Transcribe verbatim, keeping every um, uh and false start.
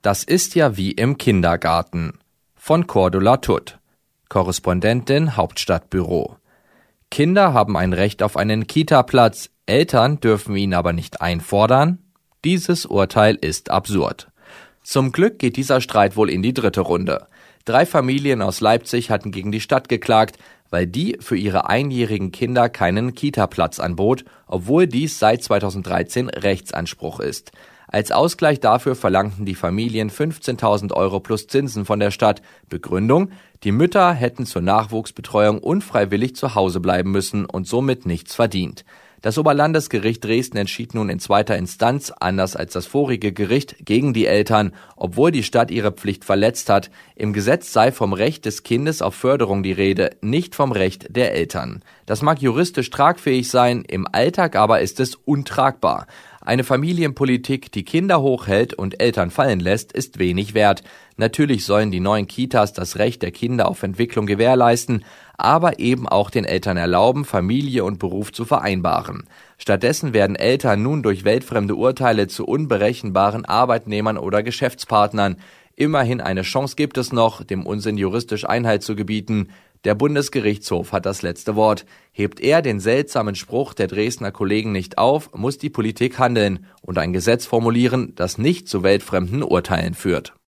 Das ist ja wie im Kindergarten. Von Cordula Tutt, Korrespondentin Hauptstadtbüro. Kinder haben ein Recht auf einen Kita-Platz, Eltern dürfen ihn aber nicht einfordern? Dieses Urteil ist absurd. Zum Glück geht dieser Streit wohl in die dritte Runde. Drei Familien aus Leipzig hatten gegen die Stadt geklagt, weil die für ihre einjährigen Kinder keinen Kita-Platz anbot, obwohl dies seit zweitausenddreizehn Rechtsanspruch ist. Als Ausgleich dafür verlangten die Familien fünfzehntausend Euro plus Zinsen von der Stadt. Begründung: Die Mütter hätten zur Nachwuchsbetreuung unfreiwillig zu Hause bleiben müssen und somit nichts verdient. Das Oberlandesgericht Dresden entschied nun in zweiter Instanz, anders als das vorige Gericht, gegen die Eltern, obwohl die Stadt ihre Pflicht verletzt hat. Im Gesetz sei vom Recht des Kindes auf Förderung die Rede, nicht vom Recht der Eltern. Das mag juristisch tragfähig sein, im Alltag aber ist es untragbar. Eine Familienpolitik, die Kinder hochhält und Eltern fallen lässt, ist wenig wert. Natürlich sollen die neuen Kitas das Recht der Kinder auf Entwicklung gewährleisten, aber eben auch den Eltern erlauben, Familie und Beruf zu vereinbaren. Stattdessen werden Eltern nun durch weltfremde Urteile zu unberechenbaren Arbeitnehmern oder Geschäftspartnern. Immerhin eine Chance gibt es noch, dem Unsinn juristisch Einhalt zu gebieten. Der Bundesgerichtshof hat das letzte Wort. Hebt er den seltsamen Spruch der Dresdner Kollegen nicht auf, muss die Politik handeln und ein Gesetz formulieren, das nicht zu weltfremden Urteilen führt.